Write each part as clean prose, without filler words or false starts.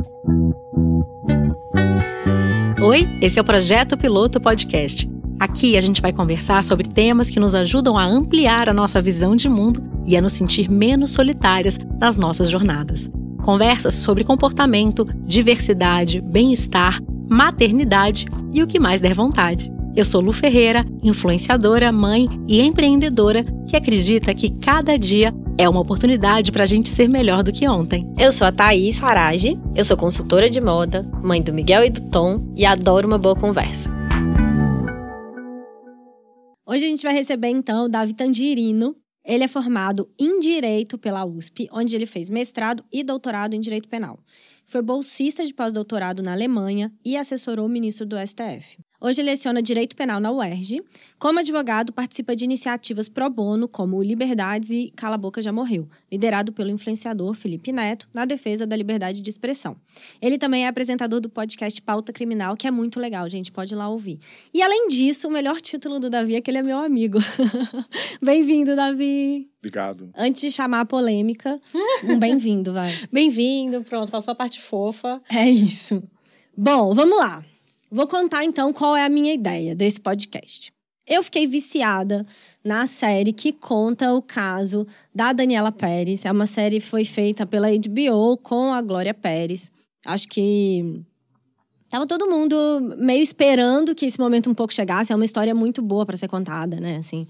Oi, esse é o Projeto Piloto Podcast. Aqui a gente vai conversar sobre temas que nos ajudam a ampliar a nossa visão de mundo e a nos sentir menos solitárias nas nossas jornadas. Conversas sobre comportamento, diversidade, bem-estar, maternidade e o que mais der vontade. Eu sou Lu Ferreira, influenciadora, mãe e empreendedora que acredita que cada dia é uma oportunidade para a gente ser melhor do que ontem. Eu sou a Thaís Farage, eu sou consultora de moda, mãe do Miguel e do Tom e adoro uma boa conversa. Hoje a gente vai receber, então, o Davi Tandirino. Ele é formado em Direito pela USP, onde ele fez mestrado e doutorado em Direito Penal. Foi bolsista de pós-doutorado na Alemanha e assessorou o ministro do STF. Hoje ele leciona Direito Penal na UERJ. Como advogado, participa de iniciativas pro bono, como Liberdades e Cala a Boca Já Morreu, liderado pelo influenciador Felipe Neto, na defesa da liberdade de expressão. Ele também é apresentador do podcast Pauta Criminal, que é muito legal, gente, pode ir lá ouvir. E, além disso, o melhor título do Davi é que ele é meu amigo. Bem-vindo, Davi! Obrigado. Antes de chamar a polêmica, um bem-vindo, vai. Bem-vindo, pronto, passou a parte fofa. É isso. Bom, vamos lá. Vou contar, então, qual é a minha ideia desse podcast. Eu fiquei viciada na série que conta o caso da Daniela Pérez. É uma série que foi feita pela HBO com a Glória Pérez. Acho que tava todo mundo meio esperando que esse momento um pouco chegasse. É uma história muito boa para ser contada, né, assim.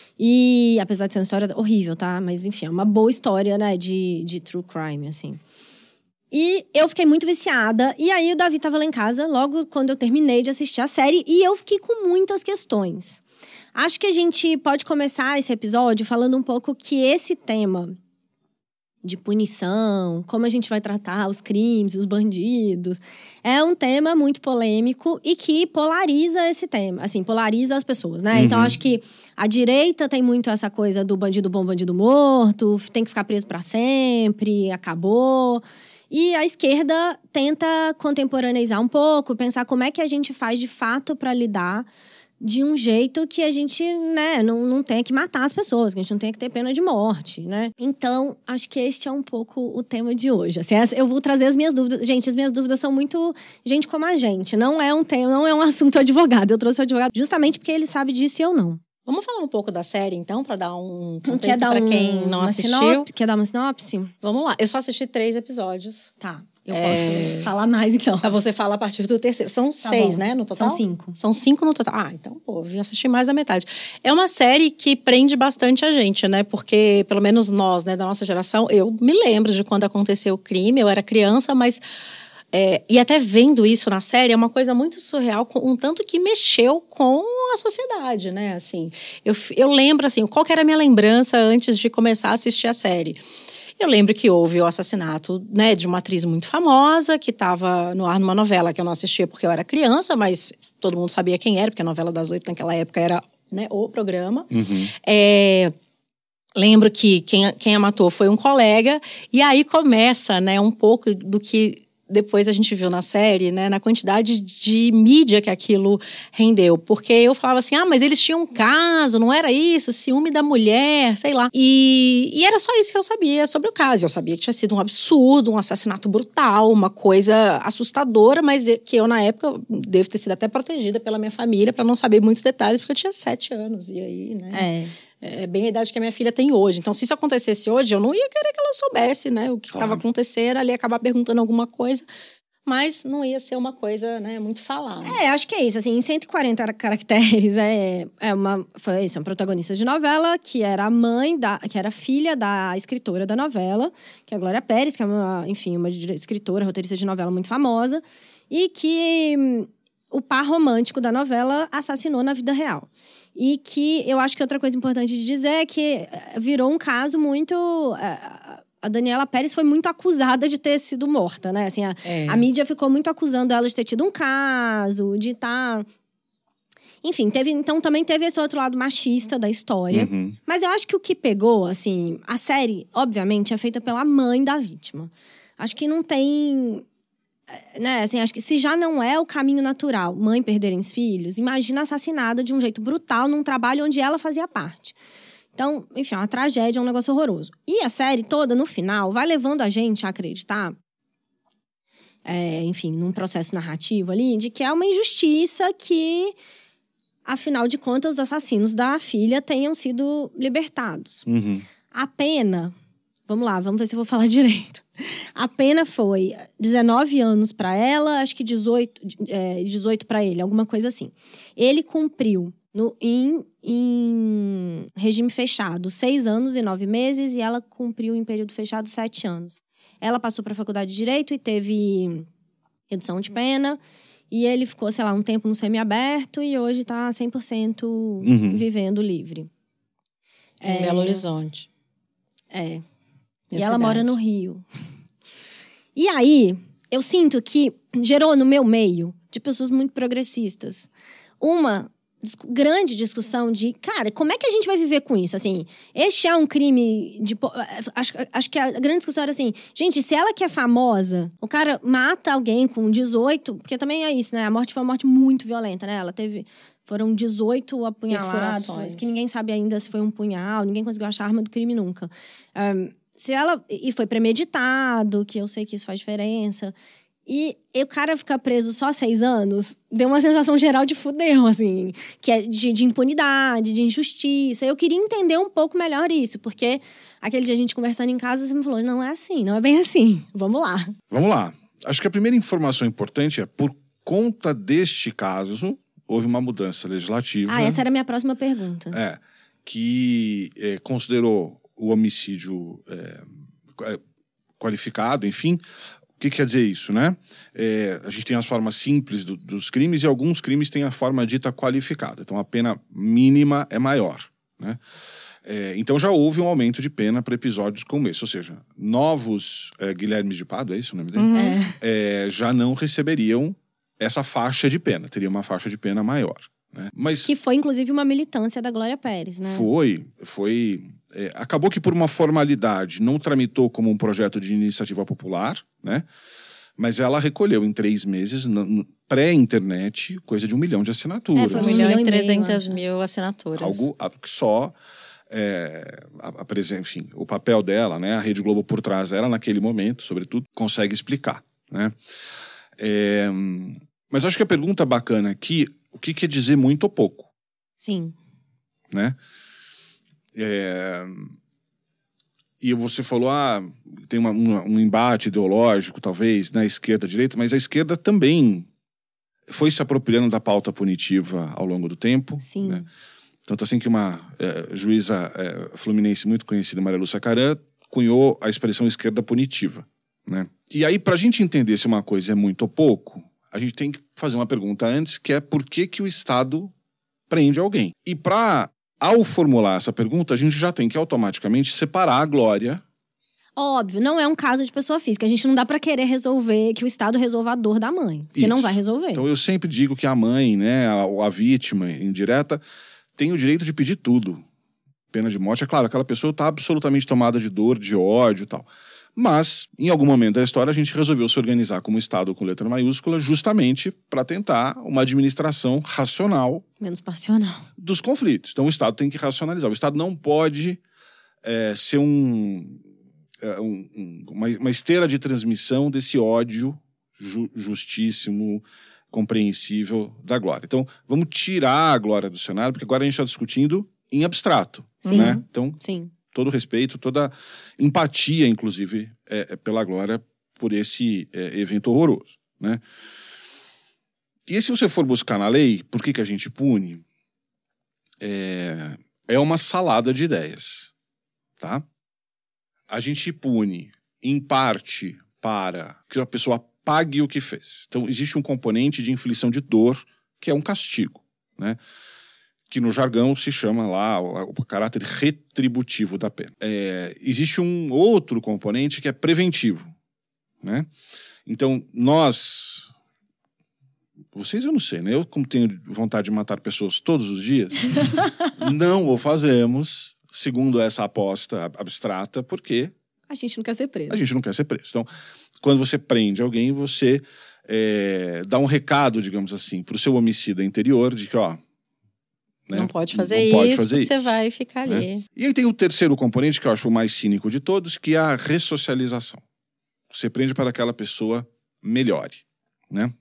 E apesar de ser uma história horrível, tá? Mas, enfim, é uma boa história, né, de true crime, assim. E eu fiquei muito viciada. E aí o Davi tava lá em casa, logo quando eu terminei de assistir a série. E eu fiquei com muitas questões. Acho que a gente pode começar esse episódio falando um pouco que esse tema de punição, como a gente vai tratar os crimes, os bandidos, é um tema muito polêmico e que polariza esse tema, assim, polariza as pessoas, né? Uhum. Então, acho que a direita tem muito essa coisa do bandido bom, bandido morto, tem que ficar preso pra sempre, acabou. E a esquerda tenta contemporaneizar um pouco, pensar como é que a gente faz de fato para lidar de um jeito que a gente, né, não tenha que matar as pessoas, que a gente não tenha que ter pena de morte, né? Então, acho que este é um pouco o tema de hoje. Assim, eu vou trazer as minhas dúvidas. Gente, as minhas dúvidas são muito gente como a gente. Não é um tema, não é um assunto advogado. Eu trouxe o advogado justamente porque ele sabe disso e eu não. Vamos falar um pouco da série, então, para dar um contexto para quem não assistiu? Quer dar uma sinopse? Vamos lá. Eu só assisti 3 episódios. Tá. Eu posso falar mais, então. Você fala a partir do terceiro. São 6, né, no total? São 5. São 5 no total. Ah, então, pô, vim assistir mais da metade. É uma série que prende bastante a gente, né? Porque, pelo menos nós, né, da nossa geração, eu me lembro de quando aconteceu o crime. Eu era criança, mas... e até vendo isso na série, é uma coisa muito surreal, um tanto que mexeu com a sociedade, né? Assim, eu lembro, assim, qual que era a minha lembrança antes de começar a assistir a série? Eu lembro que houve o assassinato, né, de uma atriz muito famosa, que estava no ar numa novela que eu não assistia porque eu era criança, mas todo mundo sabia quem era, porque a novela das 8 naquela época era, né, o programa. Uhum. Lembro que quem a matou foi um colega, e aí começa, né, um pouco do que depois a gente viu na série, né, na quantidade de mídia que aquilo rendeu. Porque eu falava assim, mas eles tinham um caso, não era isso? Ciúme da mulher, sei lá. E era só isso que eu sabia sobre o caso. Eu sabia que tinha sido um absurdo, um assassinato brutal, uma coisa assustadora, mas que eu, na época, devo ter sido até protegida pela minha família para não saber muitos detalhes, porque eu tinha 7 anos. E aí, né... É bem a idade que a minha filha tem hoje. Então, se isso acontecesse hoje, eu não ia querer que ela soubesse, né, o que estava acontecendo, ali acabar perguntando alguma coisa. Mas não ia ser uma coisa, né, muito falada. Acho que é isso. Assim, em 140 caracteres, foi isso, uma protagonista de novela, que era que era filha da escritora da novela, que é a Glória Pérez, que é uma escritora, roteirista de novela muito famosa, e que o par romântico da novela assassinou na vida real. E que eu acho que outra coisa importante de dizer é que virou um caso muito... A Daniela Pérez foi muito acusada de ter sido morta, né? Assim, a mídia ficou muito acusando ela de ter tido um caso, de estar... Enfim, também teve esse outro lado machista da história. Uhum. Mas eu acho que o que pegou, assim... A série, obviamente, é feita pela mãe da vítima. Acho que não tem... Né, assim, acho que se já não é o caminho natural mãe perderem os filhos, imagina assassinada de um jeito brutal num trabalho onde ela fazia parte. Então, enfim, é uma tragédia, é um negócio horroroso. E a série toda, no final, vai levando a gente a acreditar enfim, num processo narrativo ali, de que é uma injustiça que, afinal de contas, os assassinos da filha tenham sido libertados. Uhum. A pena, vamos lá, vamos ver se eu vou falar direito. A pena foi 19 anos para ela, acho que 18 para ele, alguma coisa assim. Ele cumpriu em regime fechado 6 anos e 9 meses e ela cumpriu em período fechado 7 anos. Ela passou para a faculdade de Direito e teve redução de pena. E ele ficou, sei lá, um tempo no semiaberto e hoje está 100% vivendo livre. Em Belo Horizonte. E Minha ela cidade. mora no Rio. E aí, eu sinto que gerou no meu meio, de pessoas muito progressistas, uma grande discussão de, cara, como é que a gente vai viver com isso? Assim, este é um crime de... Acho que a grande discussão era assim, gente, se ela que é famosa, o cara mata alguém com 18, porque também é isso, né? A morte foi uma morte muito violenta, né? Foram 18 apunhalados, Perfurações. que ninguém sabe ainda se foi um punhal, ninguém conseguiu achar a arma do crime nunca. E foi premeditado, que eu sei que isso faz diferença. E o cara ficar preso só 6 anos, deu uma sensação geral de fudeu, assim. Que é de impunidade, de injustiça. Eu queria entender um pouco melhor isso, porque aquele dia a gente conversando em casa, você me falou, não é assim, não é bem assim. Vamos lá. Vamos lá. Acho que a primeira informação importante é, por conta deste caso, houve uma mudança legislativa. Essa era a minha próxima pergunta. Que considerou o homicídio qualificado, enfim. O que quer dizer isso, né? A gente tem as formas simples dos crimes e alguns crimes têm a forma dita qualificada. Então, a pena mínima é maior, né? Então, já houve um aumento de pena para episódios como esse. Ou seja, novos Guilhermes de Pádua, é isso o nome dele? Já não receberiam essa faixa de pena. Teria uma faixa de pena maior, né? Mas que foi, inclusive, uma militância da Glória Pérez, né? Acabou que por uma formalidade não tramitou como um projeto de iniciativa popular, né? Mas ela recolheu em 3 meses, pré-internet, coisa de 1 milhão de assinaturas. Foi 1 milhão e meio, 300 acho. mil assinaturas. Algo que só... enfim, o papel dela, né? A Rede Globo por trás dela, naquele momento, sobretudo, consegue explicar, né? Mas acho que a pergunta bacana aqui, o que quer dizer muito ou pouco? Sim. Né? E você falou, tem um embate ideológico, talvez, na esquerda, direita, mas a esquerda também foi se apropriando da pauta punitiva ao longo do tempo. Sim. Né? Tanto assim que uma juíza fluminense muito conhecida, Maria Lúcia Caram, cunhou a expressão esquerda punitiva. Né? E aí, para a gente entender se uma coisa é muito ou pouco, a gente tem que fazer uma pergunta antes, que é por que o Estado prende alguém? E ao formular essa pergunta, a gente já tem que automaticamente separar a Glória. Óbvio, não é um caso de pessoa física. A gente não dá pra querer resolver, que o Estado resolva a dor da mãe. Porque não vai resolver. Então eu sempre digo que a mãe, né, a vítima indireta, tem o direito de pedir tudo. Pena de morte, é claro, aquela pessoa está absolutamente tomada de dor, de ódio e tal. Mas, em algum momento da história, a gente resolveu se organizar como Estado com letra maiúscula justamente para tentar uma administração racional... menos passional. ...dos conflitos. Então, o Estado tem que racionalizar. O Estado não pode ser uma esteira de transmissão desse ódio justíssimo, compreensível da Glória. Então, vamos tirar a Glória do cenário, porque agora a gente está discutindo em abstrato. Sim. Né? Então, sim. Todo respeito, toda empatia, inclusive, pela Glória por esse evento horroroso. Né? E se você for buscar na lei, por que a gente pune? É uma salada de ideias. Tá? A gente pune, em parte, para que a pessoa pague o que fez. Então, existe um componente de inflição de dor, que é um castigo, né? Que no jargão se chama lá o caráter retributivo da pena. Existe um outro componente que é preventivo, né? Então, vocês eu não sei, né? Eu, como tenho vontade de matar pessoas todos os dias, não o fazemos segundo essa aposta abstrata, porque... a gente não quer ser preso. A gente não quer ser preso. Então, quando você prende alguém, você dá um recado, digamos assim, para o seu homicida interior de que, né? Não pode fazer isso, porque você vai ficar ali. Né? E aí tem o terceiro componente, que eu acho o mais cínico de todos, que é a ressocialização. Você prende para aquela pessoa melhore, né?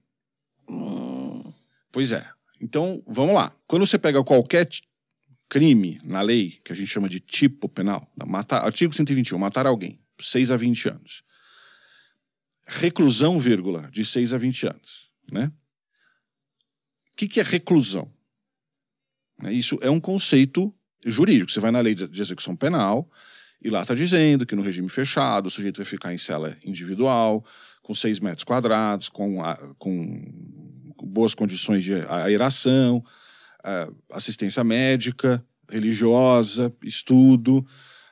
Pois é. Então, vamos lá. Quando você pega qualquer crime na lei, que a gente chama de tipo penal, artigo 121, matar alguém, 6 a 20 anos. Reclusão, vírgula, de 6 a 20 anos, né? O que é reclusão? Isso é um conceito jurídico. Você vai na lei de execução penal e lá está dizendo que no regime fechado o sujeito vai ficar em cela individual, com 6 metros quadrados, com boas condições de aeração, assistência médica, religiosa, estudo.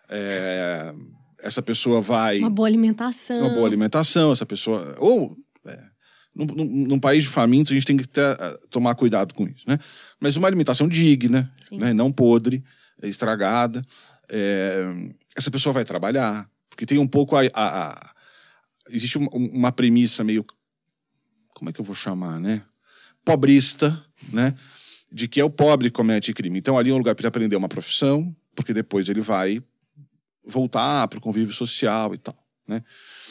Essa pessoa vai... Uma boa alimentação. Essa pessoa... Num país de famintos, a gente tem que tomar cuidado com isso, né? Mas uma alimentação digna, né? Não podre, estragada. Essa pessoa vai trabalhar, porque tem um pouco existe uma premissa meio... Como é que eu vou chamar, né? Pobrista, né? De que é o pobre que comete crime. Então, ali é um lugar para ele aprender uma profissão, porque depois ele vai voltar para o convívio social e tal, né?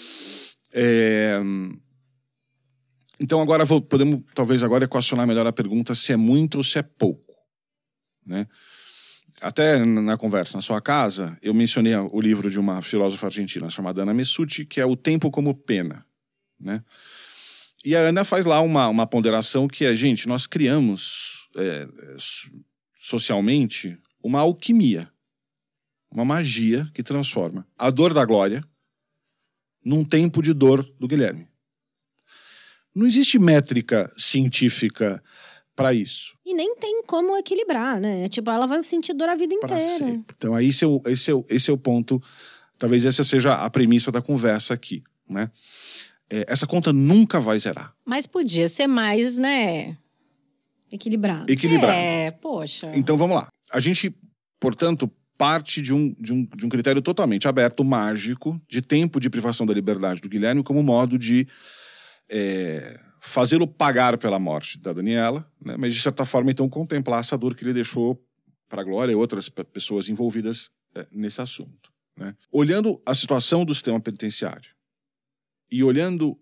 Então, agora podemos, talvez, agora equacionar melhor a pergunta se é muito ou se é pouco, né? Até na conversa na sua casa, eu mencionei o livro de uma filósofa argentina chamada Ana Messutti, que é O Tempo como Pena, né? E a Ana faz lá uma ponderação que é, gente, nós criamos socialmente uma alquimia, uma magia que transforma a dor da Glória num tempo de dor do Guilherme. Não existe métrica científica para isso. E nem tem como equilibrar, né? Tipo, ela vai sentir dor a vida inteira. Sempre. Então, aí esse é o ponto. Talvez essa seja a premissa da conversa aqui, né? Essa conta nunca vai zerar. Mas podia ser mais, né? Equilibrado. Poxa. Então, vamos lá. A gente, portanto, parte de um critério totalmente aberto, mágico, de tempo de privação da liberdade do Guilherme como modo de fazê-lo pagar pela morte da Daniela, né? Mas, de certa forma, então, contemplar essa dor que ele deixou para a Glória e outras pessoas envolvidas nesse assunto, né? Olhando a situação do sistema penitenciário e olhando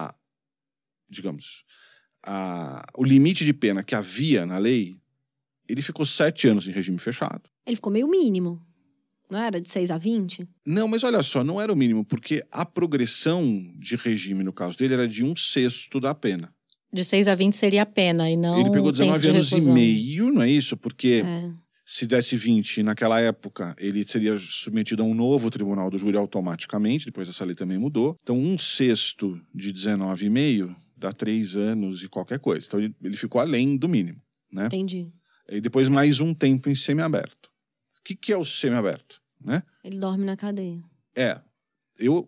o limite de pena que havia na lei, ele ficou 7 anos em regime fechado. Ele ficou meio mínimo. Não era de 6 a 20? Não, mas olha só, não era o mínimo, porque a progressão de regime, no caso dele, era de 1/6 da pena. De 6 a 20 seria a pena, e não... Ele pegou 19 anos e meio, não é isso? Porque É. se desse 20, naquela época, ele seria submetido a um novo tribunal do júri automaticamente, depois essa lei também mudou. Então, 1/6 de 19,5 dá 3 anos e qualquer coisa. Então, ele ficou além do mínimo, né? Entendi. E depois mais um tempo em semiaberto. O que é o semiaberto, né? Ele dorme na cadeia. Eu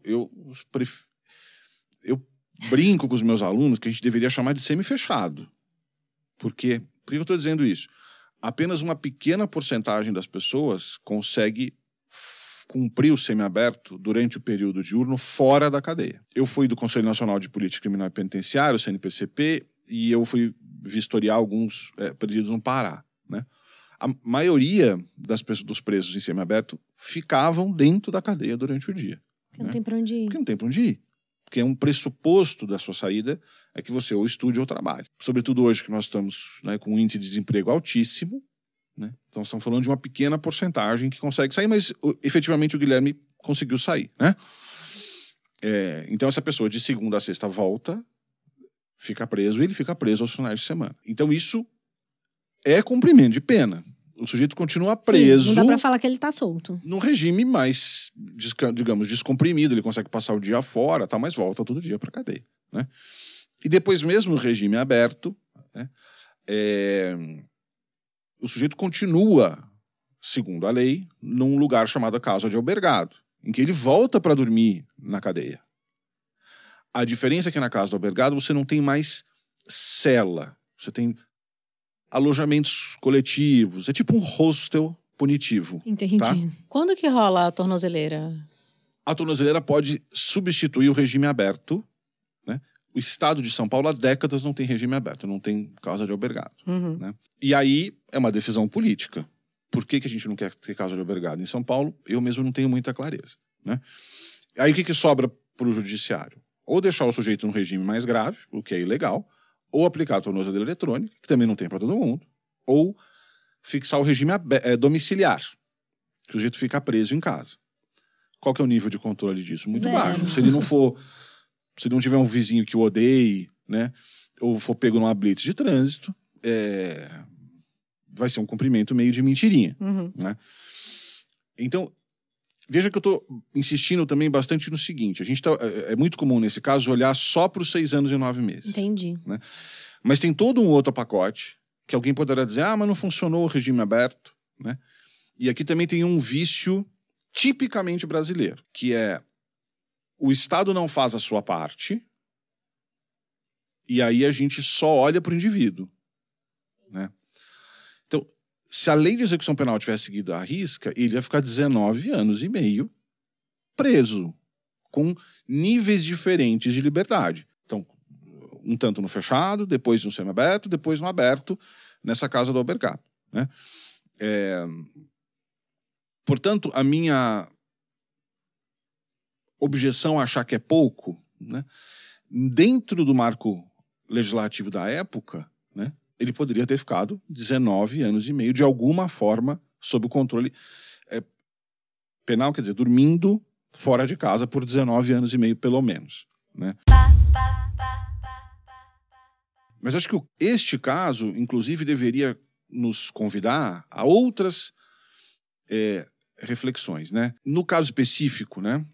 brinco com os meus alunos que a gente deveria chamar de semifechado. Por quê? Por que eu estou dizendo isso? Apenas uma pequena porcentagem das pessoas consegue cumprir o semiaberto durante o período diurno fora da cadeia. Eu fui do Conselho Nacional de Política Criminal e Penitenciária, o CNPCP, e eu fui vistoriar alguns presídios no Pará, né? A maioria dos presos em semiaberto ficavam dentro da cadeia durante o dia. Porque não tem pra onde ir. Porque não tem pra onde ir. Porque é um pressuposto da sua saída é que você ou estude ou trabalhe. Sobretudo hoje que nós estamos, né, com um índice de desemprego altíssimo, né? Então estamos falando de uma pequena porcentagem que consegue sair, mas efetivamente o Guilherme conseguiu sair, né? Então essa pessoa de segunda a sexta volta, fica preso e ele fica preso aos finais de semana. Então isso é cumprimento de pena. O sujeito continua preso. Sim, não dá pra falar que ele tá solto. Num regime mais, digamos, descomprimido. Ele consegue passar o dia fora, tá, mas volta todo dia pra cadeia, né? E depois, mesmo no regime aberto, né, o sujeito continua, segundo a lei, num lugar chamado casa de albergado, em que ele volta para dormir na cadeia. A diferença é que na casa do albergado você não tem mais cela. Você tem alojamentos coletivos. É tipo um hostel punitivo. Entendi. Tá? Quando que rola a tornozeleira? A tornozeleira pode substituir o regime aberto, né? O estado de São Paulo há décadas não tem regime aberto, não tem casa de albergado. Uhum. Né? E aí é uma decisão política. Por que a gente não quer ter casa de albergado em São Paulo? Eu mesmo não tenho muita clareza. Né? Aí o que sobra para o judiciário? ou deixar o sujeito no regime mais grave, o que é ilegal, ou aplicar a tornozeleira eletrônica, que também não tem para todo mundo, ou fixar o regime domiciliar, que o sujeito fica preso em casa. Qual que é o nível de controle disso? Muito baixo. Se ele não tiver um vizinho que o odeie, né, ou for pego numa blitz de trânsito, vai ser um cumprimento meio de mentirinha. Né? Então, veja que eu estou insistindo também bastante no seguinte. É muito comum, nesse caso, olhar só para os 6 anos e 9 meses. Entendi. Né? Mas tem todo um outro pacote que alguém poderá dizer, mas não funcionou o regime aberto. Né? E aqui também tem um vício tipicamente brasileiro, que é o Estado não faz a sua parte e aí a gente só olha para o indivíduo. Né? Então, se a lei de execução penal tivesse seguido à risca, ele ia ficar 19 anos e meio preso, com níveis diferentes de liberdade. Então, um tanto no fechado, depois no semiaberto, depois no aberto, nessa casa do Albergato. Né? Portanto, a minha objeção a achar que é pouco, né, dentro do marco legislativo da época, né, ele poderia ter ficado 19 anos e meio, de alguma forma, sob o controle penal, quer dizer, dormindo fora de casa por 19 anos e meio, pelo menos. Né? Mas acho que este caso, inclusive, deveria nos convidar a outras reflexões. Né? No caso específico, né,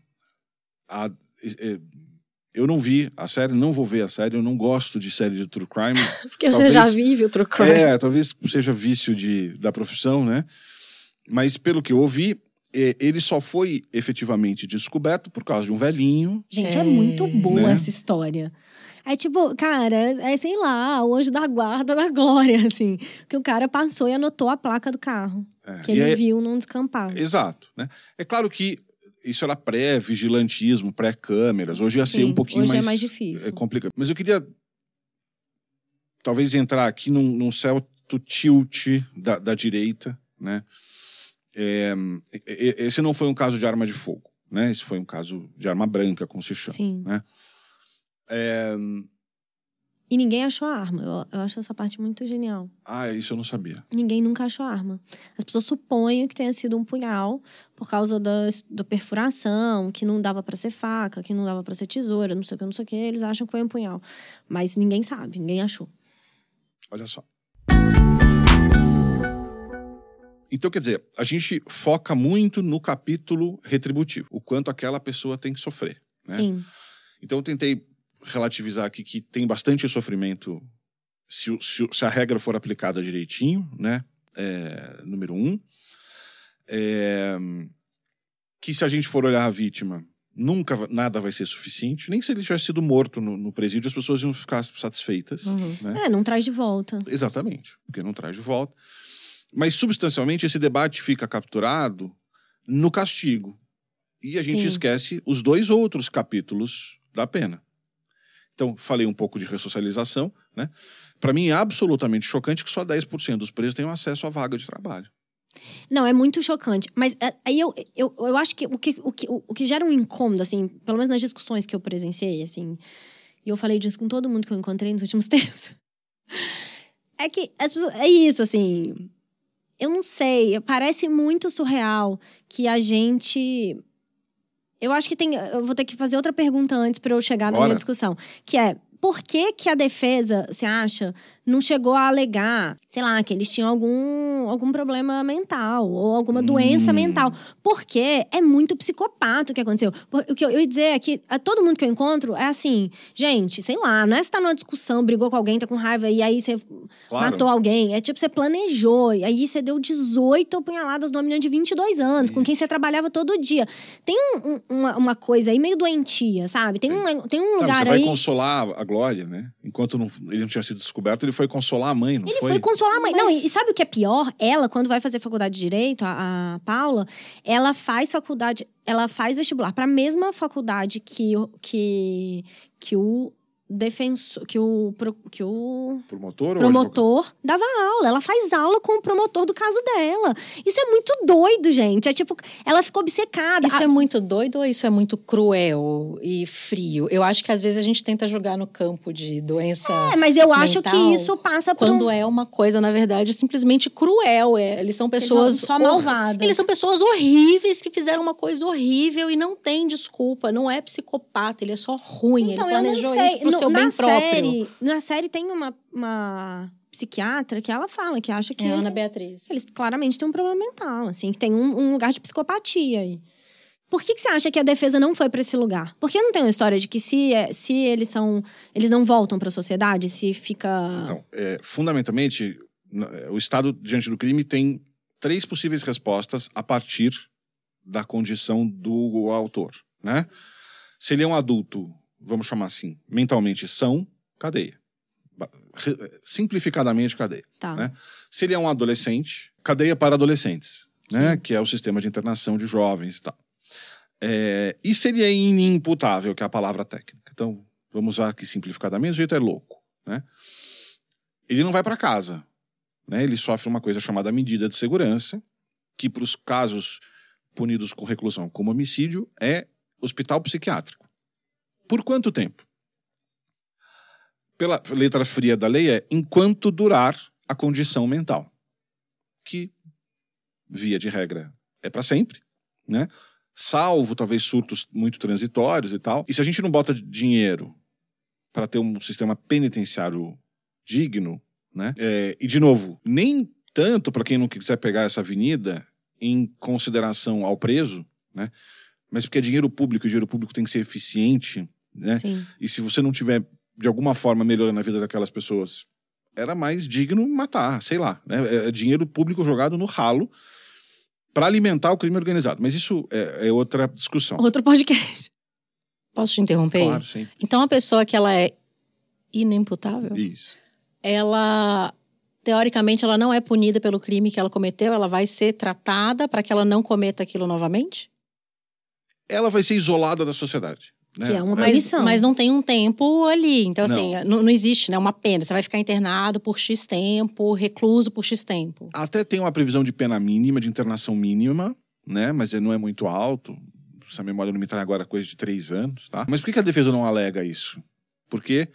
eu não vi a série, não vou ver a série, eu não gosto de série de true crime. Porque você já vive o true crime. Talvez seja vício da profissão, né? Mas pelo que eu ouvi, ele só foi efetivamente descoberto por causa de um velhinho. Gente, é muito boa essa história. É tipo, cara, sei lá, o anjo da guarda da glória, assim. Que o cara passou e anotou a placa do carro. Que ele viu num descampado. Exato, né? É claro que isso era pré-vigilantismo, pré-câmeras. Hoje ia ser um pouquinho hoje é mais difícil. Complicado. Mas eu queria talvez entrar aqui num certo tilt da direita, né? Esse não foi um caso de arma de fogo, né? Esse foi um caso de arma branca, como se chama. Sim. Né? E ninguém achou a arma. Eu acho essa parte muito genial. Isso eu não sabia. Ninguém nunca achou a arma. As pessoas supõem que tenha sido um punhal por causa da perfuração, que não dava pra ser faca, que não dava pra ser tesoura, não sei o que. Eles acham que foi um punhal. Mas ninguém sabe, ninguém achou. Olha só. Então, quer dizer, a gente foca muito no capítulo retributivo. O quanto aquela pessoa tem que sofrer. Né? Sim. Então, eu tentei relativizar aqui que tem bastante sofrimento se a regra for aplicada direitinho, né? Número 1. Que se a gente for olhar a vítima, nunca nada vai ser suficiente. Nem se ele tivesse sido morto no presídio, as pessoas iam ficar satisfeitas. Né? Não traz de volta. Exatamente, porque não traz de volta. Mas, substancialmente, esse debate fica capturado no castigo. E a gente esquece os 2 outros capítulos da pena. Então, falei um pouco de ressocialização, né? Para mim, é absolutamente chocante que só 10% dos presos tenham acesso à vaga de trabalho. Não, é muito chocante. Mas aí eu acho que o que gera um incômodo, assim, pelo menos nas discussões que eu presenciei, assim, e eu falei disso com todo mundo que eu encontrei nos últimos tempos, é que as pessoas, é isso, assim, eu não sei, parece muito surreal que a gente... Eu acho que eu vou ter que fazer outra pergunta antes para eu chegar na minha discussão. Que é, por que a defesa, você acha, não chegou a alegar, sei lá, que eles tinham algum problema mental ou alguma doença mental? Porque é muito psicopata o que aconteceu. O que eu ia dizer é que todo mundo que eu encontro é assim, gente, sei lá, não é você tá numa discussão, brigou com alguém, tá com raiva e aí você matou alguém. É tipo, você planejou e aí você deu 18 apunhaladas numa menina de 22 anos, com quem você trabalhava todo dia. Tem uma coisa aí meio doentia, sabe? Tem um lugar você aí... vai consolar a Glória, né? Enquanto ele não tinha sido descoberto, ele foi consolar a mãe, não foi? Ele foi consolar a mãe. Não, e sabe o que é pior? Ela, quando vai fazer faculdade de Direito, a Paula, ela faz vestibular para a mesma faculdade que o defensor, que o promotor dava aula. Ela faz aula com o promotor do caso dela. Isso é muito doido, gente. É tipo, ela ficou obcecada. Isso é muito doido ou isso é muito cruel e frio? Eu acho que às vezes a gente tenta jogar no campo de doença mas eu acho mental, que isso passa por quando é uma coisa, na verdade, simplesmente cruel. Eles são pessoas... Eles são só malvadas. Eles são pessoas horríveis que fizeram uma coisa horrível e não tem desculpa. Não é psicopata, ele é só ruim. Então, ele planejou isso pro seu bem próprio. Na série tem uma psiquiatra que ela fala que acha que É Ana Beatriz. eles claramente têm um problema mental, assim, que tem um lugar de psicopatia aí. Por que você acha que a defesa não foi para esse lugar? Porque não tem uma história de que se eles não voltam para a sociedade, se fica... Então, fundamentalmente, o Estado diante do crime tem 3 possíveis respostas a partir da condição do autor, né? Se ele é um adulto, vamos chamar assim, mentalmente são, cadeia. Simplificadamente, cadeia. Tá. Né? Se ele é um adolescente, cadeia para adolescentes, né? Que é o sistema de internação de jovens e tal. E se ele é inimputável, que é a palavra técnica. Então, vamos usar aqui simplificadamente, o jeito é louco. Né? Ele não vai para casa. Né? Ele sofre uma coisa chamada medida de segurança, que para os casos punidos com reclusão como homicídio é hospital psiquiátrico. Por quanto tempo? Pela letra fria da lei enquanto durar a condição mental. Que, via de regra, é para sempre, né? Salvo, talvez, surtos muito transitórios e tal. E se a gente não bota dinheiro para ter um sistema penitenciário digno, né? E, de novo, nem tanto para quem não quiser pegar essa avenida em consideração ao preso, né? Mas porque é dinheiro público, e o dinheiro público tem que ser eficiente, né? Sim. E se você não tiver, de alguma forma, melhorando a vida daquelas pessoas, era mais digno matar, sei lá. Né? É dinheiro público jogado no ralo para alimentar o crime organizado. Mas isso é outra discussão. Outro podcast. Posso te interromper? Claro, sim. Então, a pessoa que ela é inimputável, Isso. ela, teoricamente, ela não é punida pelo crime que ela cometeu, ela vai ser tratada para que ela não cometa aquilo novamente? Ela vai ser isolada da sociedade. Né? Que é uma punição. Mas não tem um tempo ali. Então, Não. assim, não existe, né, uma pena. Você vai ficar internado por X tempo, recluso por X tempo. Até tem uma previsão de pena mínima, de internação mínima, né? Mas não é muito alto. Se a memória não me traz agora, coisa de 3 anos, tá? Mas por que a defesa não alega isso? Porque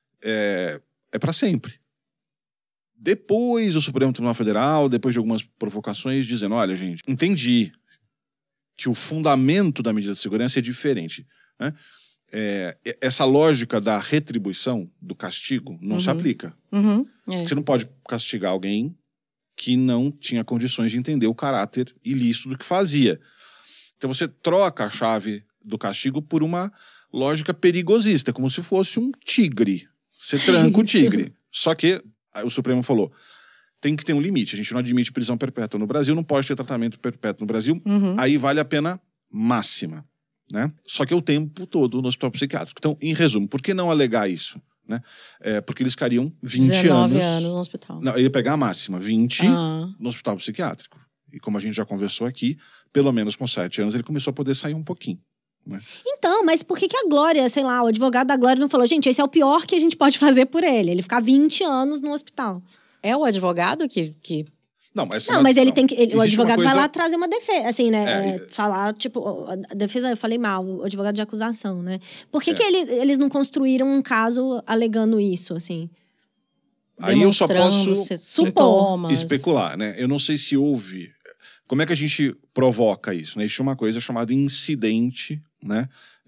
é para sempre. Depois o Supremo Tribunal Federal, depois de algumas provocações, dizendo, olha, gente, entendi que o fundamento da medida de segurança é diferente. Né? Essa lógica da retribuição, do castigo, não se aplica. Você não pode castigar alguém que não tinha condições de entender o caráter ilícito do que fazia. Então você troca a chave do castigo por uma lógica perigosista, como se fosse um tigre. Você tranca o tigre. Só que o Supremo falou, tem que ter um limite. A gente não admite prisão perpétua no Brasil, não pode ter tratamento perpétuo no Brasil. Aí vale a pena máxima. Né? Só que é o tempo todo no hospital psiquiátrico. Então, em resumo, por que não alegar isso? Né? Porque eles ficariam 20 19 anos no hospital. Não, eu ia pegar a máxima, 20 no hospital psiquiátrico. E como a gente já conversou aqui, pelo menos com 7 anos ele começou a poder sair um pouquinho. Né? Então, mas por que a Glória, sei lá, o advogado da Glória não falou, gente, esse é o pior que a gente pode fazer por ele ficar 20 anos no hospital? É o advogado que... Não, mas ele tem que. O Existe advogado uma coisa... vai lá trazer uma defesa, assim, né? Falar, tipo, a defesa, eu falei mal, o advogado de acusação, né? Por que eles não construíram um caso alegando isso, assim? Aí eu só posso sintomas. especular, né? Eu não sei se houve. Como é que a gente provoca isso? Né? Existe uma coisa chamada incidente, né?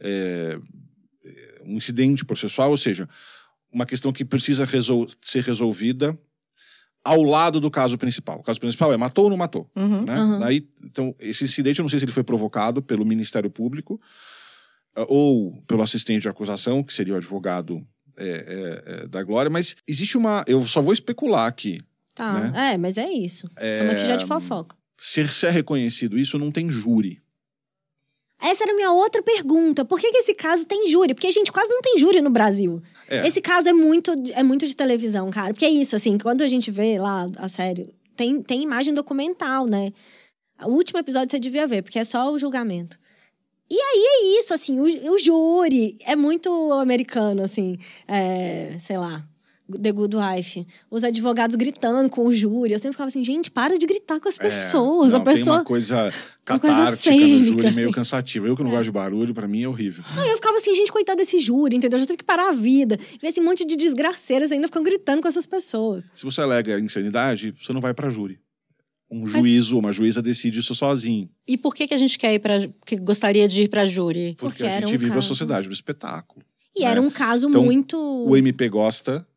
Um incidente processual, ou seja, uma questão que precisa ser resolvida ao lado do caso principal. O caso principal é matou ou não matou. Né? Daí, então, esse incidente, eu não sei se ele foi provocado pelo Ministério Público ou pelo assistente de acusação, que seria o advogado da Glória, mas existe uma... Eu só vou especular aqui. Tá, né? Mas é isso. Estamos aqui já de fofoca. Se é reconhecido isso, não tem júri. Essa era a minha outra pergunta. Por que esse caso tem júri? Porque a gente quase não tem júri no Brasil. Esse caso é muito de televisão, cara. Porque é isso, assim, quando a gente vê lá a série, tem imagem documental, né? O último episódio você devia ver, porque é só o julgamento. E aí é isso, assim, o júri é muito americano, assim, sei lá, The Good Wife. Os advogados gritando com o júri. Eu sempre ficava assim, gente, para de gritar com as pessoas. Não, a pessoa... tem uma coisa catártica coisa cênica, no júri assim. meio cansativa. Eu que não gosto de barulho, pra mim é horrível. Não, eu ficava assim, gente, coitado desse júri, entendeu? Já teve que parar a vida. Ver esse monte de desgraceiras ainda ficam gritando com essas pessoas. Se você alega insanidade, você não vai pra júri. Um juízo, uma juíza decide isso sozinho. E por que a gente quer ir que gostaria de ir pra júri? Porque Porque a gente era um vive a caso. sociedade do espetáculo. E né? era um caso Então, muito... O MP gosta...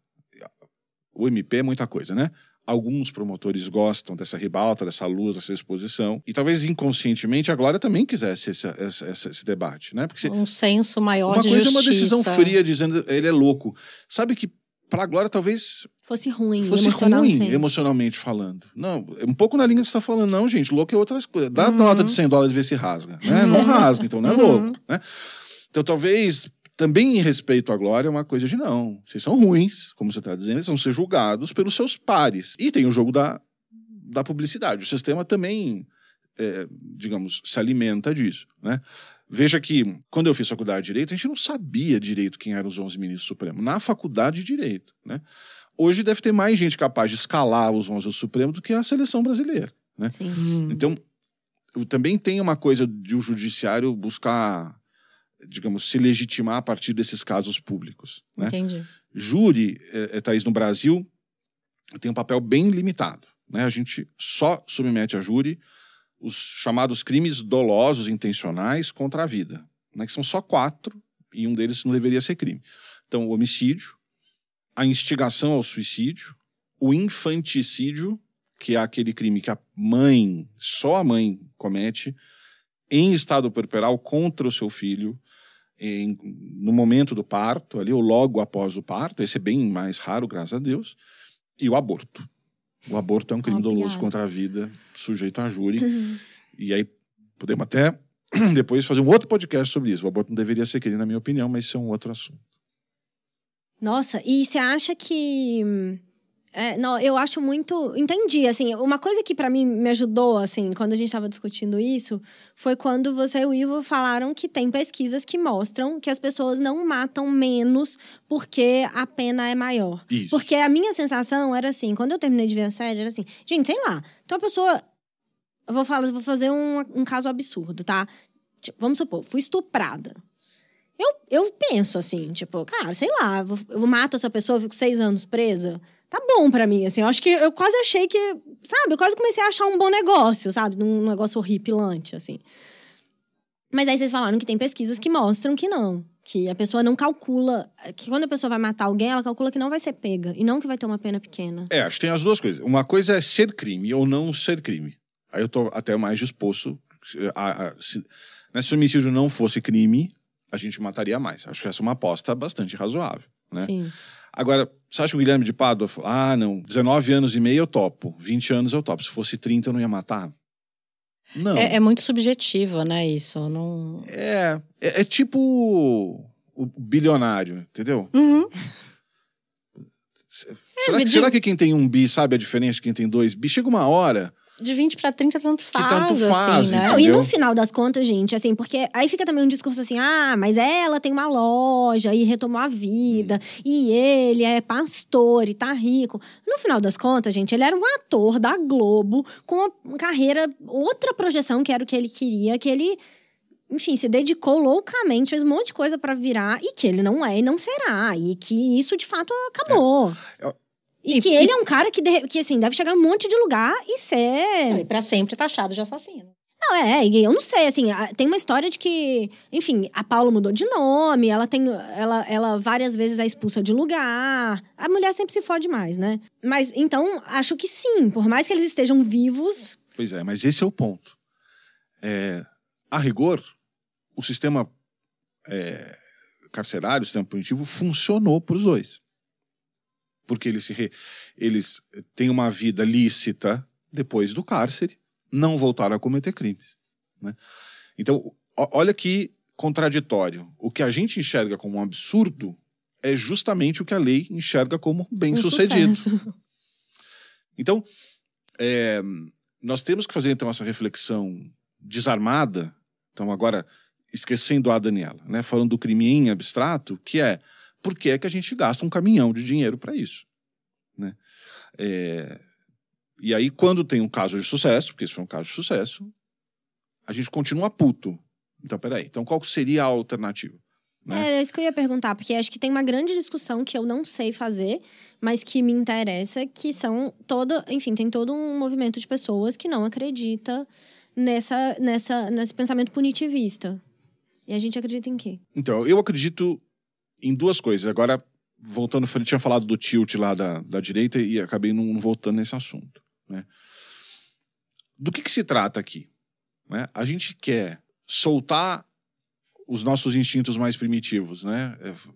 O MP é muita coisa, né? Alguns promotores gostam dessa ribalta, dessa luz, dessa exposição. E talvez inconscientemente a Glória também quisesse esse debate, né? Porque Um senso maior uma de coisa justiça. é uma decisão fria dizendo ele é louco. Sabe que pra Glória talvez Fosse ruim, fosse emocionalmente. ruim, emocionalmente falando. Não, é um pouco na linha que você está falando. Não, gente, louco é outras coisas. Dá nota de $100 e vê se rasga. Né? Não rasga, então não é louco. Né? Então talvez... Também em respeito à Glória, é uma coisa de não. Vocês são ruins, como você está dizendo, eles vão ser julgados pelos seus pares. E tem o jogo da publicidade. O sistema também, digamos, se alimenta disso. Né? Veja que, quando eu fiz faculdade de Direito, a gente não sabia direito quem eram os 11 ministros supremos. Na faculdade de Direito. Né? Hoje deve ter mais gente capaz de escalar os 11 supremos do que a seleção brasileira. Né? Sim. Então, também tem uma coisa de o judiciário buscar... digamos, se legitimar a partir desses casos públicos. Né? Entendi. Júri, Thaís, no Brasil, tem um papel bem limitado. Né? A gente só submete a júri os chamados crimes dolosos intencionais contra a vida, né? Que são só 4, e um deles não deveria ser crime. Então, o homicídio, a instigação ao suicídio, o infanticídio, que é aquele crime que só a mãe comete, em estado puerperal contra o seu filho, no momento do parto, ali, ou logo após o parto. Esse é bem mais raro, graças a Deus. E o aborto. O aborto é um crime doloso contra a vida, sujeito a júri. E aí, podemos até depois fazer um outro podcast sobre isso. O aborto não deveria ser crime, na minha opinião, mas isso é um outro assunto. Nossa, e você acha que... não, eu acho muito... Entendi, assim, uma coisa que pra mim me ajudou, assim, quando a gente tava discutindo isso, foi quando você e o Ivo falaram que tem pesquisas que mostram que as pessoas não matam menos porque a pena é maior. Isso. Porque a minha sensação era assim, quando eu terminei de ver a série, era assim, gente, sei lá, então a pessoa... Eu vou fazer um caso absurdo, tá? Tipo, vamos supor, fui estuprada. Eu penso assim, tipo, cara, sei lá, eu mato essa pessoa, eu fico 6 anos presa... Tá bom pra mim, assim. Eu acho que eu quase achei que... Sabe? Eu quase comecei a achar um bom negócio, sabe? Num negócio horripilante, assim. Mas aí vocês falaram que tem pesquisas que mostram que não. Que a pessoa não calcula... Que quando a pessoa vai matar alguém, ela calcula que não vai ser pega. E não que vai ter uma pena pequena. Acho que tem as duas coisas. Uma coisa é ser crime ou não ser crime. Aí eu tô até mais disposto... Se o homicídio não fosse crime, a gente mataria mais. Acho que essa é uma aposta bastante razoável, né? Sim. Agora, você acha que o Guilherme de Pádua falou, não, 19 anos e meio eu topo, 20 anos eu topo. Se fosse 30 eu não ia matar? Não. É muito subjetivo, né, isso? Não... É tipo o bilionário, entendeu? Uhum. Será que quem tem 1 bi sabe a diferença de quem tem 2 bi? Chega uma hora... De 20 para 30, tanto faz, tanto faz, assim, né? Não, e no final das contas, gente, assim, porque aí fica também um discurso assim, mas ela tem uma loja e retomou a vida, e ele é pastor e tá rico. No final das contas, gente, ele era um ator da Globo com uma carreira, outra projeção que era o que ele queria, que ele, enfim, se dedicou loucamente, fez um monte de coisa pra virar, e que ele não é e não será, e que isso de fato acabou. E que ele é um cara que assim, deve chegar em um monte de lugar e ser... E pra sempre taxado de assassino. Não, eu não sei, assim, tem uma história de que, enfim, a Paula mudou de nome, ela várias vezes é expulsa de lugar, a mulher sempre se fode mais, né? Mas, então, acho que sim, por mais que eles estejam vivos... Pois é, mas esse é o ponto. A rigor, o sistema carcerário, o sistema punitivo, funcionou para os dois. Porque eles têm uma vida lícita depois do cárcere, não voltaram a cometer crimes. Né? Então, olha que contraditório. O que a gente enxerga como um absurdo é justamente o que a lei enxerga como bem-sucedido. Então, nós temos que fazer então essa reflexão desarmada. Então, agora, esquecendo a Daniela, né? Falando do crime em abstrato, que é por que é que a gente gasta um caminhão de dinheiro para isso, né? E aí, quando tem um caso de sucesso, porque esse foi um caso de sucesso, a gente continua puto. Então, peraí. Então, qual seria a alternativa? Né? É isso que eu ia perguntar, porque acho que tem uma grande discussão que eu não sei fazer, mas que me interessa, que são tem todo um movimento de pessoas que não acredita nesse pensamento punitivista. E a gente acredita em quê? Então, eu acredito em duas coisas. Agora, voltando, eu tinha falado do tilt lá da direita e acabei não voltando nesse assunto, né? Do que se trata aqui? Né? A gente quer soltar os nossos instintos mais primitivos, né?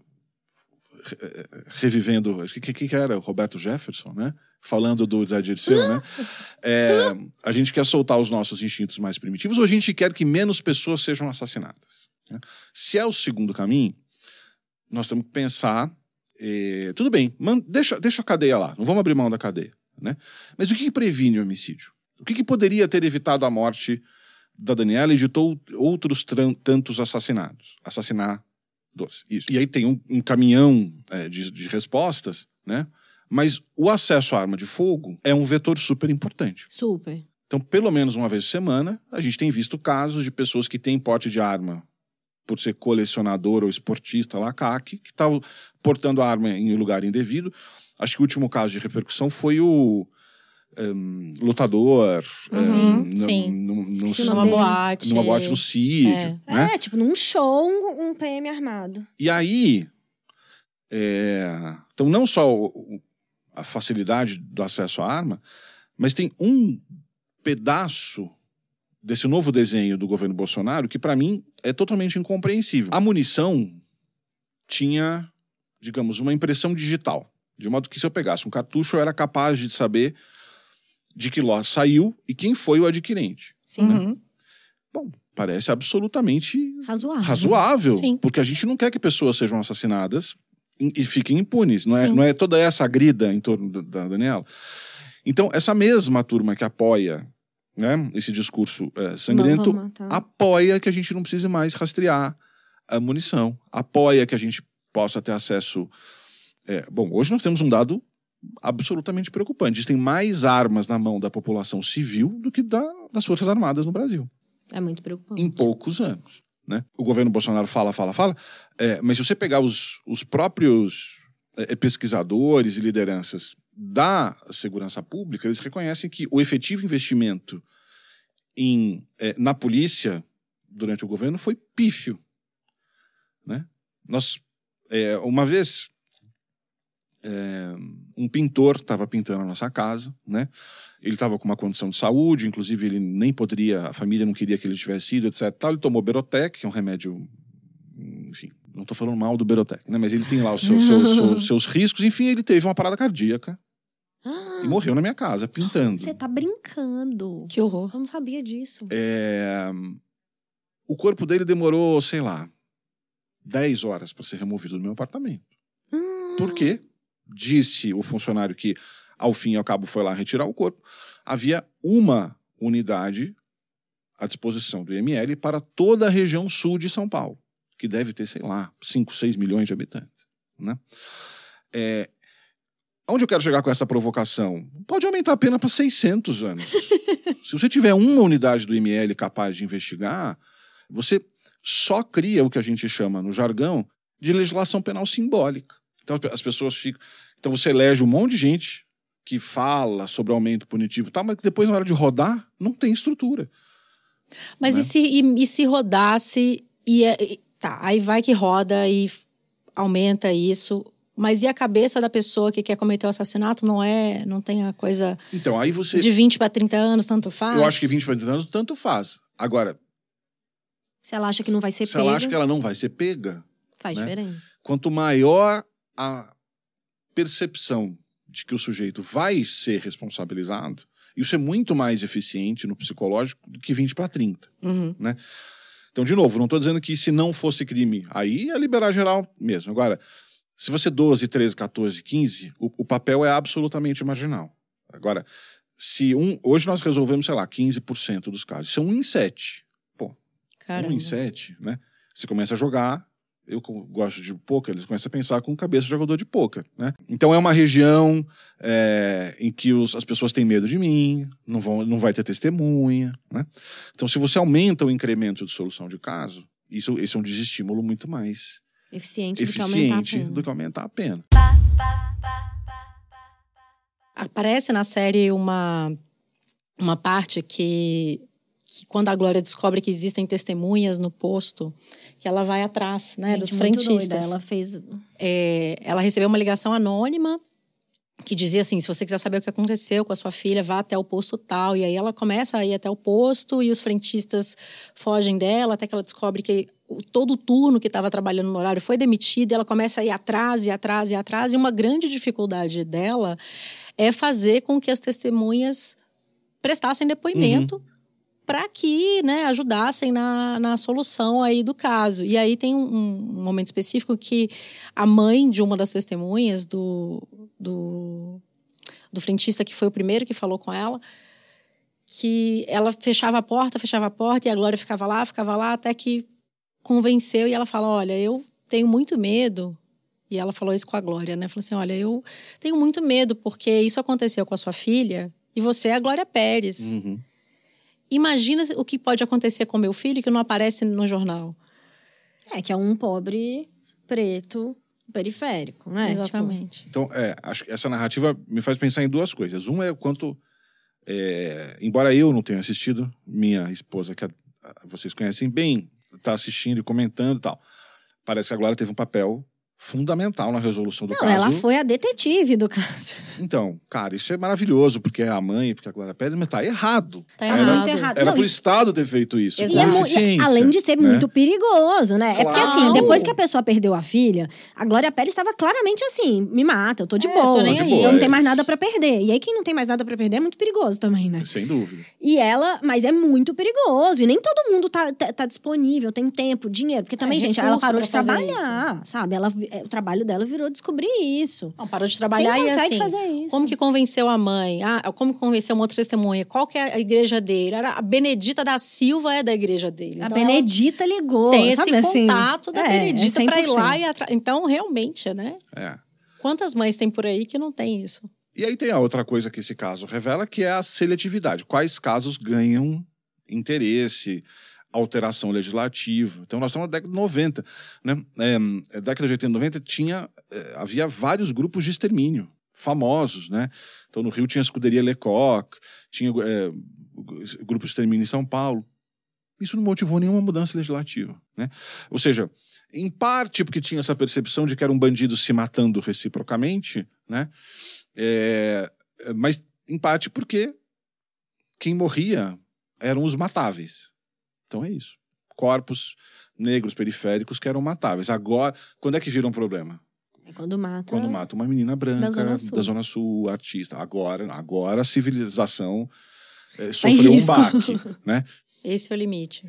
Revivendo... O que era? O Roberto Jefferson, né? Falando do Zé Dirceu, né? A gente quer soltar os nossos instintos mais primitivos ou a gente quer que menos pessoas sejam assassinadas? Né? Se é o segundo caminho, nós temos que pensar... tudo bem, deixa a cadeia lá. Não vamos abrir mão da cadeia, né? Mas o que previne o homicídio? O que poderia ter evitado a morte da Daniela e de outros tantos assassinados? Isso. E aí tem um caminhão de respostas, né? Mas o acesso à arma de fogo é um vetor super importante. Super. Então, pelo menos uma vez por semana, a gente tem visto casos de pessoas que têm porte de arma por ser colecionador ou esportista lá, CAC, que estavam portando a arma em lugar indevido. Acho que o último caso de repercussão foi o lutador numa boate. Numa boate no sítio. Né? Tipo, num show, um PM armado. E aí, então não só a facilidade do acesso à arma, mas tem um pedaço desse novo desenho do governo Bolsonaro que, para mim, é totalmente incompreensível. A munição tinha, digamos, uma impressão digital, de modo que se eu pegasse um cartucho, eu era capaz de saber de que lote saiu e quem foi o adquirente. Sim. Né? Bom, parece absolutamente razoável. Sim. Porque a gente não quer que pessoas sejam assassinadas e fiquem impunes. Não é toda essa grida em torno da Daniela. Então, essa mesma turma que apoia, né, esse discurso sangrento, apoia que a gente não precise mais rastrear a munição, apoia que a gente possa ter acesso... Bom, hoje nós temos um dado absolutamente preocupante. Tem mais armas na mão da população civil do que das Forças Armadas no Brasil. É muito preocupante. Em poucos anos. Né? O governo Bolsonaro fala, mas se você pegar os próprios pesquisadores e lideranças da segurança pública, eles reconhecem que o efetivo investimento na polícia durante o governo foi pífio. Né? Uma vez, um pintor estava pintando a nossa casa, né? Ele estava com uma condição de saúde, inclusive ele nem poderia, a família não queria que ele tivesse ido, etc. Ele tomou Berotec, que é um remédio, enfim, não estou falando mal do Berotec, né? Mas ele tem lá os seus riscos. Enfim, ele teve uma parada cardíaca e morreu na minha casa, pintando. Você tá brincando. Que horror. Eu não sabia disso. O corpo dele demorou, sei lá, 10 horas para ser removido do meu apartamento. Por quê? Disse o funcionário que, ao fim e ao cabo, foi lá retirar o corpo. Havia uma unidade à disposição do IML para toda a região sul de São Paulo, que deve ter, sei lá, 5, 6 milhões de habitantes. Né? Onde eu quero chegar com essa provocação? Pode aumentar a pena para 600 anos. Se você tiver uma unidade do IML capaz de investigar, você só cria o que a gente chama, no jargão, de legislação penal simbólica. Então as pessoas ficam... Então você elege um monte de gente que fala sobre aumento punitivo e tal, mas depois, na hora de rodar, não tem estrutura. Mas né? e se rodasse... aí vai que roda e aumenta isso... Mas e a cabeça da pessoa que quer cometer o assassinato não tem a coisa então, aí você... de 20 para 30 anos, tanto faz? Eu acho que 20 para 30 anos, tanto faz. Agora... Se ela acha que não vai ser se pega... ela acha que ela não vai ser pega... Faz diferença. Quanto maior a percepção de que o sujeito vai ser responsabilizado, isso é muito mais eficiente no psicológico do que 20 para 30. Uhum. Né? Então, de novo, não estou dizendo que se não fosse crime, aí é liberar geral mesmo. Agora... Se você 12, 13, 14, 15, o papel é absolutamente marginal. Agora, hoje nós resolvemos, sei lá, 15% dos casos. Isso é 1 em 7. Pô, Caramba. 1 em 7, né? Você começa a jogar, eu gosto de pôquer, eles começam a pensar com cabeça de jogador de pôquer, né? Então é uma região em que as pessoas têm medo de mim, não vai ter testemunha, né? Então se você aumenta o incremento de solução de caso, esse é um desestímulo muito mais Eficiente do que aumentar a pena. Aparece na série uma parte que quando a Glória descobre que existem testemunhas no posto, que ela vai atrás, né, dos frentistas. Doida. Ela fez... ela recebeu uma ligação anônima que dizia assim, se você quiser saber o que aconteceu com a sua filha, vá até o posto tal. E aí ela começa a ir até o posto e os frentistas fogem dela, até que ela descobre que todo o turno que estava trabalhando no horário foi demitido. E ela começa a ir atrás, e atrás, e atrás. E uma grande dificuldade dela é fazer com que as testemunhas prestassem depoimento para que, né, ajudassem na solução aí do caso. E aí tem um momento específico que a mãe de uma das testemunhas do frentista, que foi o primeiro que falou com ela, que ela fechava a porta, e a Glória ficava lá, até que convenceu, e ela fala, olha, eu tenho muito medo. E ela falou isso com a Glória, né? Falou assim, olha, eu tenho muito medo, porque isso aconteceu com a sua filha, e você é a Glória Pérez. Imagina o que pode acontecer com meu filho que não aparece no jornal. Que é um pobre preto periférico, né? Exatamente. Tipo... Então, acho que essa narrativa me faz pensar em duas coisas. Uma é o quanto, embora eu não tenha assistido, minha esposa, que vocês conhecem bem, está assistindo e comentando e tal. Parece que a Glória teve um papel fundamental na resolução do caso. Ela foi a detetive do caso. Então, cara, isso é maravilhoso, porque é a mãe, porque a Glória Pérez, mas tá errado. Muito errado. Era pro Estado ter feito isso. Além de ser muito perigoso, né? Claro. É porque assim, depois que a pessoa perdeu a filha, a Glória Pérez estava claramente assim, me mata, eu tô de boa. Tô nem aí. Eu não tenho mais nada pra perder. E aí quem não tem mais nada pra perder é muito perigoso também, né? Sem dúvida. E mas é muito perigoso. E nem todo mundo tá disponível, tem tempo, dinheiro. Porque também, gente, ela parou de trabalhar, sabe? O trabalho dela virou descobrir isso. Não, parou de trabalhar Quem e consegue assim, fazer isso? como que convenceu a mãe? Como que convenceu uma outra testemunha? Qual que é a igreja dele? A Benedita da Silva é da igreja dele. A Então, Benedita ligou, tem sabe, esse assim, contato da Benedita pra ir lá 100%. e atrás. Então, realmente, né? Quantas mães tem por aí que não tem isso? E aí tem a outra coisa que esse caso revela, que é a seletividade. Quais casos ganham interesse, alteração legislativa. Então, nós estamos na década de 90. Né? Década de 80 e 90 havia vários grupos de extermínio famosos. Né? Então, no Rio tinha a Escuderia Lecoq, tinha grupo de extermínio em São Paulo. Isso não motivou nenhuma mudança legislativa. Né? Ou seja, em parte porque tinha essa percepção de que eram bandidos se matando reciprocamente, né? Mas em parte porque quem morria eram os matáveis. Então é isso. Corpos negros periféricos que eram matáveis. Agora, quando é que vira um problema? Quando mata uma menina branca da Zona Sul, artista. Agora a civilização sofreu um baque. Né? Esse é o limite.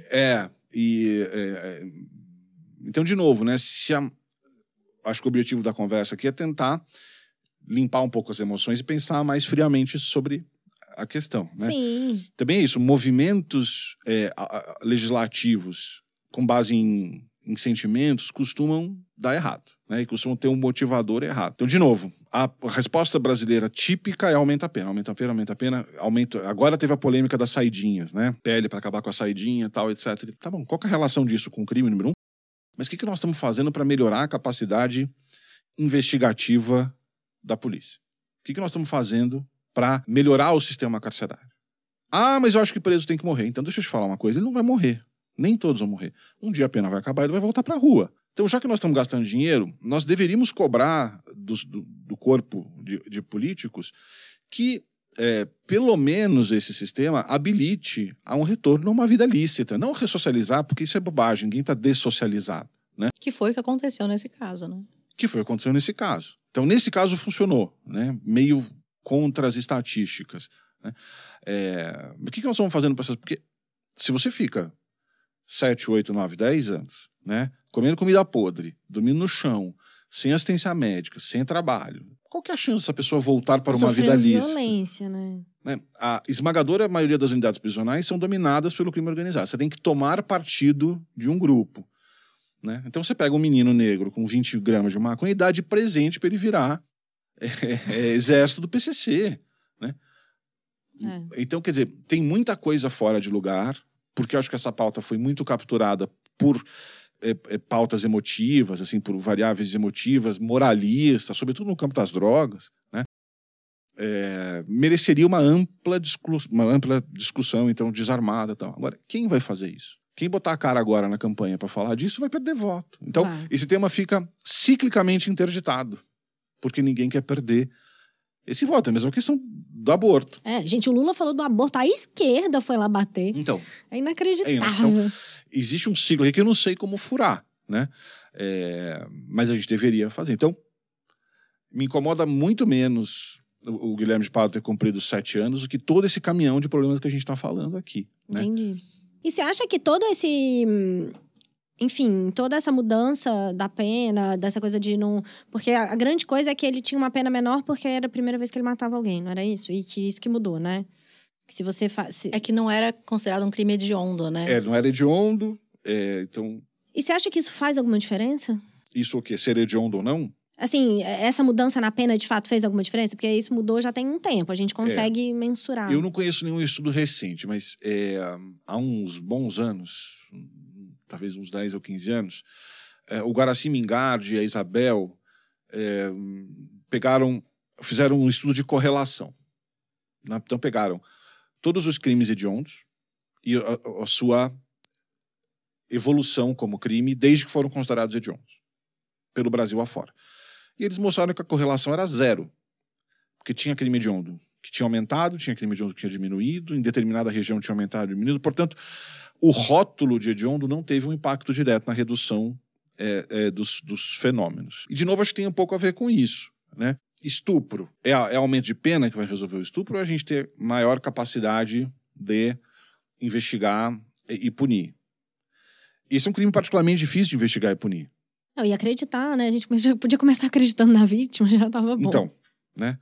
Então, de novo, né? Acho que o objetivo da conversa aqui é tentar limpar um pouco as emoções e pensar mais friamente sobre a questão. Né? Sim. Também é isso, movimentos legislativos com base em sentimentos costumam dar errado, né? E costumam ter um motivador errado. Então, de novo, a resposta brasileira típica é aumenta a pena. Agora teve a polêmica das saidinhas, né? PL para acabar com a saidinha, tal, etc. Tá bom, qual que é a relação disso com o crime, número 1? Mas o que nós estamos fazendo para melhorar a capacidade investigativa da polícia? O que nós estamos fazendo para melhorar o sistema carcerário? Mas eu acho que preso tem que morrer. Então deixa eu te falar uma coisa, ele não vai morrer. Nem todos vão morrer. Um dia a pena vai acabar e ele vai voltar para a rua. Então, já que nós estamos gastando dinheiro, nós deveríamos cobrar do corpo de políticos que, pelo menos, esse sistema habilite a um retorno a uma vida lícita. Não ressocializar, porque isso é bobagem. Ninguém está dessocializado. Né? Que foi o que aconteceu nesse caso, né? Que foi o que aconteceu nesse caso. Então, nesse caso, funcionou. Né? Meio contra as estatísticas. Né? O que nós estamos fazendo para essas... Porque se você fica 7, 8, 9, 10 anos, né, comendo comida podre, dormindo no chão, sem assistência médica, sem trabalho, qual que é a chance dessa pessoa voltar para uma vida lícita? Violência, né? né? A esmagadora maioria das unidades prisionais são dominadas pelo crime organizado. Você tem que tomar partido de um grupo, né? Então você pega um menino negro com 20 gramas de maconha e dá de presente para ele virar exército do PCC, né? Então, quer dizer, tem muita coisa fora de lugar, porque eu acho que essa pauta foi muito capturada por pautas emotivas, assim, por variáveis emotivas, moralistas, sobretudo no campo das drogas, né? Mereceria uma ampla discussão, então, desarmada e tal. Agora, quem vai fazer isso? Quem botar a cara agora na campanha para falar disso vai perder voto. Então, esse tema fica ciclicamente interditado, porque ninguém quer perder esse voto. É a mesma questão do aborto. Gente, o Lula falou do aborto, a esquerda foi lá bater. Então, é inacreditável. Então, existe um ciclo aí que eu não sei como furar, né? Mas a gente deveria fazer. Então, me incomoda muito menos o Guilherme de Pádua ter cumprido 7 anos do que todo esse caminhão de problemas que a gente está falando aqui, né? Entendi. E você acha que todo esse... Enfim, toda essa mudança da pena, dessa coisa de não... Porque a grande coisa é que ele tinha uma pena menor porque era a primeira vez que ele matava alguém, não era isso? E que isso que mudou, né? Que se você faz... É que não era considerado um crime hediondo, né? Não era hediondo, então... E você acha que isso faz alguma diferença? Isso o quê? Ser hediondo ou não? Assim, essa mudança na pena, de fato, fez alguma diferença? Porque isso mudou já tem um tempo, a gente consegue mensurar. Eu não conheço nenhum estudo recente, mas há uns bons anos, talvez uns 10 ou 15 anos, o Guaraci Mingardi e a Isabel fizeram um estudo de correlação. Então pegaram todos os crimes hediondos e a sua evolução como crime desde que foram considerados hediondos, pelo Brasil afora. E eles mostraram que a correlação era 0. Porque tinha crime hediondo que tinha aumentado, tinha crime hediondo que tinha diminuído, em determinada região tinha aumentado e diminuído. Portanto, o rótulo de hediondo não teve um impacto direto na redução dos fenômenos. E, de novo, acho que tem um pouco a ver com isso, né? Estupro. É aumento de pena que vai resolver o estupro ou a gente ter maior capacidade de investigar e punir? Esse é um crime particularmente difícil de investigar e punir. E acreditar, né? A gente já podia começar acreditando na vítima, já estava bom. Então, né?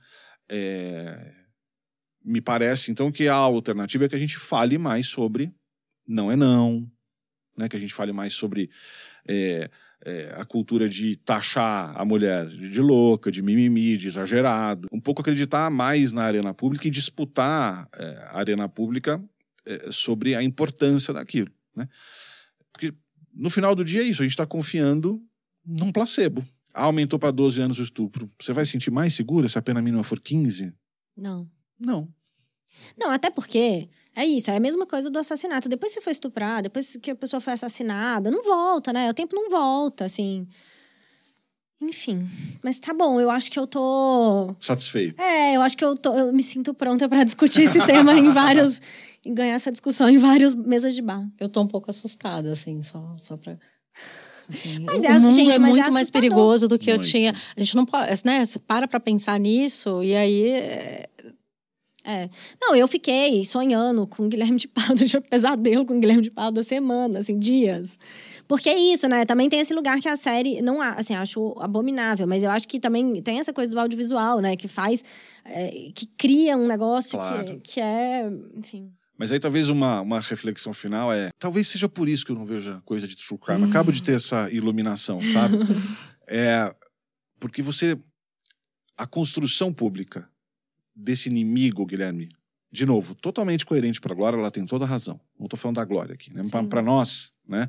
Me parece, então, que a alternativa é que a gente fale mais sobre não é não, né? Que a gente fale mais sobre a cultura de taxar a mulher de louca, de mimimi, de exagerado. Um pouco acreditar mais na arena pública e disputar a arena pública sobre a importância daquilo, né? Porque, no final do dia, é isso. A gente está confiando num placebo. Aumentou para 12 anos o estupro. Você vai se sentir mais segura se a pena mínima for 15? Não. Não. Não, até porque é isso, é a mesma coisa do assassinato. Depois que você foi estuprar, depois que a pessoa foi assassinada, não volta, né? O tempo não volta, assim. Enfim, mas tá bom, eu acho que eu tô... Satisfeito. Eu acho que eu me sinto pronta para discutir esse tema em ganhar essa discussão em várias mesas de bar. Eu tô um pouco assustada, assim, só pra... Assim, mas o mundo gente, é mas muito mais perigoso do que muito. Eu tinha. A gente não pode, né? Você para pensar nisso e aí... Não, eu fiquei sonhando com o Guilherme de Pádua, eu tinha pesadelo com o Guilherme de Pádua semana, assim, dias. Porque é isso, né? Também tem esse lugar que a série, não assim, acho abominável, mas eu acho que também tem essa coisa do audiovisual, né? Que faz, que cria um negócio claro. que é, enfim... Mas aí talvez uma reflexão final talvez seja por isso que eu não vejo coisa de true crime. Acabo de ter essa iluminação, sabe? Porque a construção pública desse inimigo, Guilherme, de novo, totalmente coerente para a Glória, ela tem toda a razão. Não estou falando da Glória aqui, né? Para nós, né?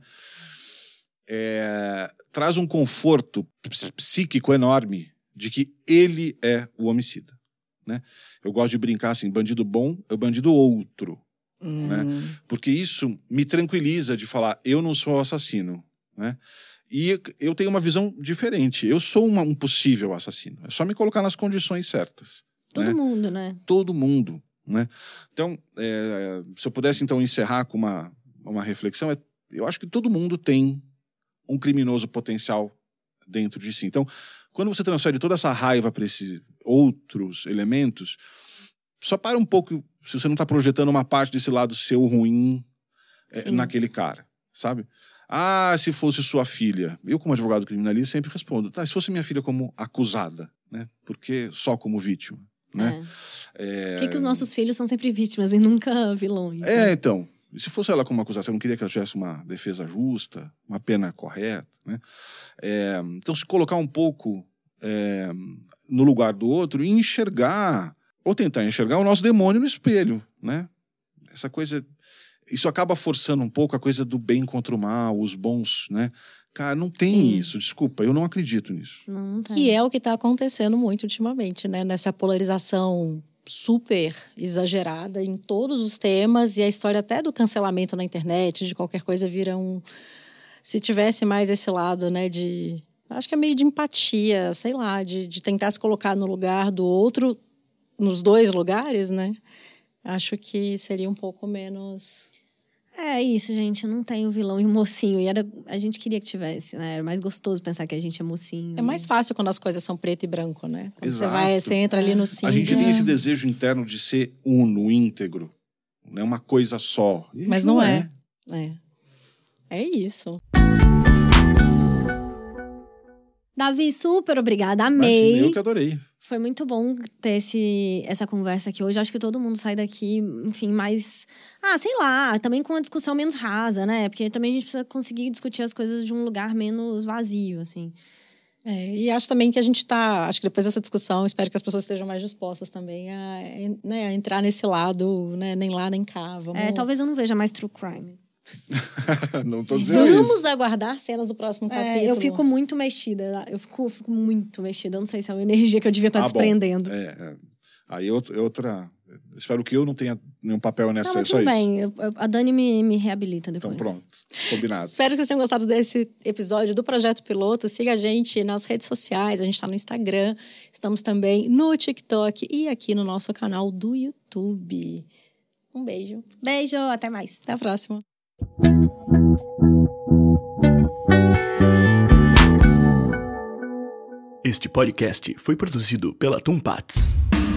Traz um conforto psíquico enorme de que ele é o homicida, né? Eu gosto de brincar assim, bandido bom é o bandido outro. Né? Porque isso me tranquiliza de falar, eu não sou o assassino, né? E eu tenho uma visão diferente. Eu sou um possível assassino. É só me colocar nas condições certas. Todo mundo, né? Todo mundo, né? Então, se eu pudesse então encerrar com uma reflexão, eu acho que todo mundo tem um criminoso potencial dentro de si. Então, quando você transfere toda essa raiva para esses outros elementos, só para um pouco se você não está projetando uma parte desse lado seu ruim naquele cara, sabe? Se fosse sua filha. Eu, como advogado criminalista, sempre respondo, se fosse minha filha como acusada, né? Porque só como vítima. né? Por que os nossos filhos são sempre vítimas e nunca vilões? Então. E se fosse ela como uma acusação, eu não queria que ela tivesse uma defesa justa, uma pena correta, né? Então, se colocar um pouco no lugar do outro e enxergar, ou tentar enxergar o nosso demônio no espelho, né? Essa coisa... Isso acaba forçando um pouco a coisa do bem contra o mal, os bons, né? Cara, não tem isso, desculpa, eu não acredito nisso. Não tem. Que é o que está acontecendo muito ultimamente, né? Nessa polarização super exagerada em todos os temas, e a história até do cancelamento na internet, de qualquer coisa, vira um... Se tivesse mais esse lado, né, de... Acho que é meio de empatia, sei lá, de tentar se colocar no lugar do outro, nos dois lugares, né? Acho que seria um pouco menos... É isso, gente. Não tem o vilão e o mocinho. E a gente queria que tivesse, né? Era mais gostoso pensar que a gente é mocinho. É mais fácil quando as coisas são preto e branco, né? Quando Exato. você entra ali no cinza. A gente tem esse desejo interno de ser uno, íntegro. Né? Uma coisa só. Mas não é. É isso. Davi, super obrigada. Amei. Imagina, eu que adorei. Foi muito bom ter essa conversa aqui hoje. Acho que todo mundo sai daqui, enfim, mais... sei lá, também com uma discussão menos rasa, né? Porque também a gente precisa conseguir discutir as coisas de um lugar menos vazio, assim. E acho também que a gente tá... Acho que depois dessa discussão, espero que as pessoas estejam mais dispostas também a entrar nesse lado, né? Nem lá, nem cá. Talvez eu não veja mais true crime. Não tô dizendo isso. Vamos aguardar cenas do próximo capítulo. Eu fico muito mexida. Eu fico muito mexida. Eu não sei se é uma energia que eu devia estar desprendendo. Aí outra... Espero que eu não tenha nenhum papel nessa. Não, tudo bem. A Dani me reabilita depois. Então pronto. Combinado. Espero que vocês tenham gostado desse episódio do Projeto Piloto. Siga a gente nas redes sociais. A gente está no Instagram. Estamos também no TikTok e aqui no nosso canal do YouTube. Um beijo. Beijo. Até mais. Até a próxima. Este podcast foi produzido pela Tompats.